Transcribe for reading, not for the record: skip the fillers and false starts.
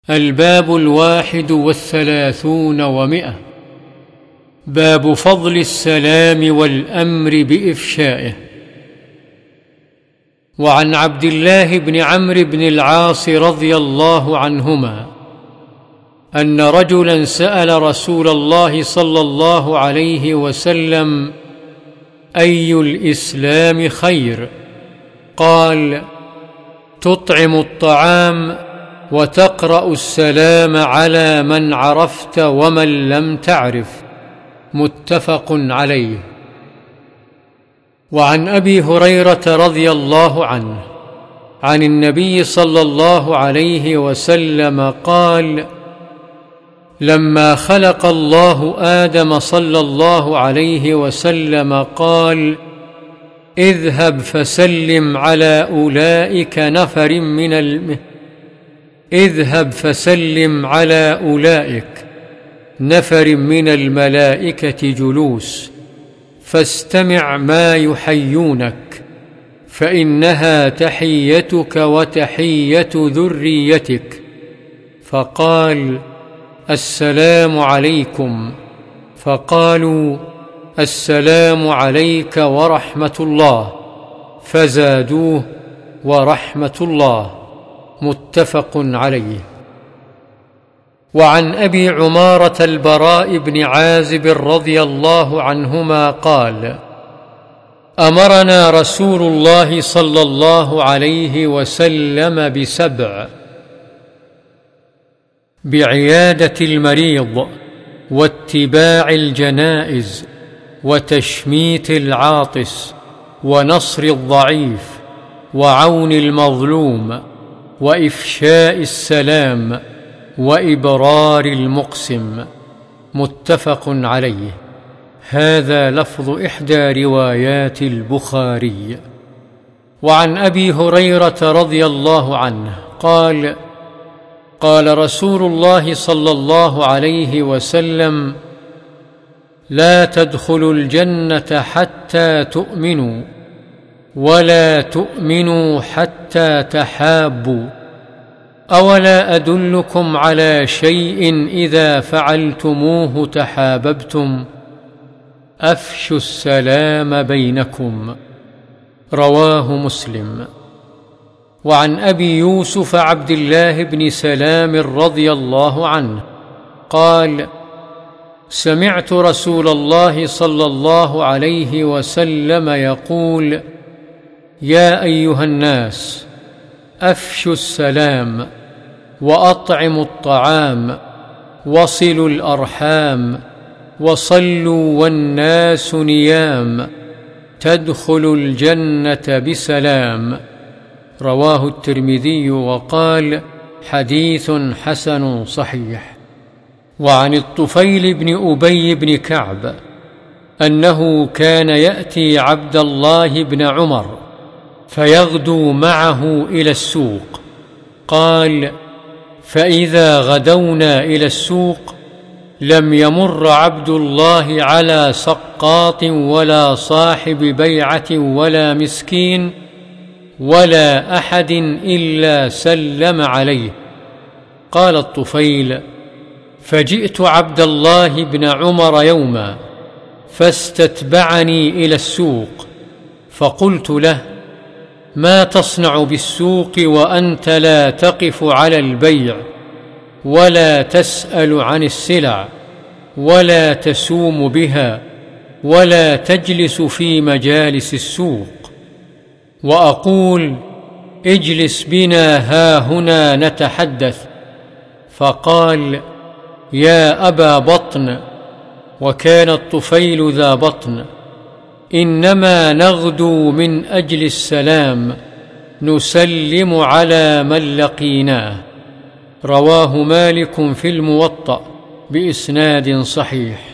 الباب 31 و100. باب فضل السلام والأمر بإفشائه. وعن عبد الله بن عمرو بن العاص رضي الله عنهما أن رجلا سأل رسول الله صلى الله عليه وسلم: أي الإسلام خير؟ قال: تطعم الطعام وتقرأ السلام على من عرفت ومن لم تعرف. متفق عليه. وعن أبي هريرة رضي الله عنه عن النبي صلى الله عليه وسلم قال: لما خلق الله آدم صلى الله عليه وسلم قال: اذهب فسلم على أولئك نفر من الملائكة جلوس، فاستمع ما يحيونك، فإنها تحيتك وتحية ذريتك. فقال: السلام عليكم. فقالوا: السلام عليك ورحمة الله. فزادوه: ورحمة الله. متفق عليه. وعن أبي عمارة البراء بن عازب رضي الله عنهما قال: أمرنا رسول الله صلى الله عليه وسلم ب7: بعيادة المريض، واتباع الجنائز، وتشميت العاطس، ونصر الضعيف، وعون المظلوم، وإفشاء السلام، وإبرار المقسم. متفق عليه. هذا لفظ إحدى روايات البخاري. وعن أبي هريرة رضي الله عنه قال: قال رسول الله صلى الله عليه وسلم: لا تدخلوا الجنة حتى تؤمنوا، ولا تؤمنوا حتى تحابوا. أولا أدلكم على شيء إذا فعلتموه تحاببتم؟ أفشوا السلام بينكم. رواه مسلم. وعن أبي يوسف عبد الله بن سلام رضي الله عنه قال: سمعت رسول الله صلى الله عليه وسلم يقول: يا أيها الناس، أفشوا السلام، وأطعموا الطعام، وصلوا الأرحام، وصلوا والناس نيام، تدخلوا الجنة بسلام. رواه الترمذي وقال: حديث حسن صحيح. وعن الطفيل بن أبي بن كعب أنه كان يأتي عبد الله بن عمر فيغدو معه إلى السوق. قال: فإذا غدونا إلى السوق لم يمر عبد الله على سقاط ولا صاحب بيعة ولا مسكين ولا أحد إلا سلم عليه. قال الطفيل: فجئت عبد الله بن عمر يوما فاستتبعني إلى السوق، فقلت له: ما تصنع بالسوق وأنت لا تقف على البيع، ولا تسأل عن السلع، ولا تسوم بها، ولا تجلس في مجالس السوق؟ وأقول: اجلس بنا هاهنا نتحدث. فقال: يا أبا بطن، وكان الطفيل ذا بطن، إنما نغدو من أجل السلام، نسلم على من لقيناه. رواه مالك في الموطأ بإسناد صحيح.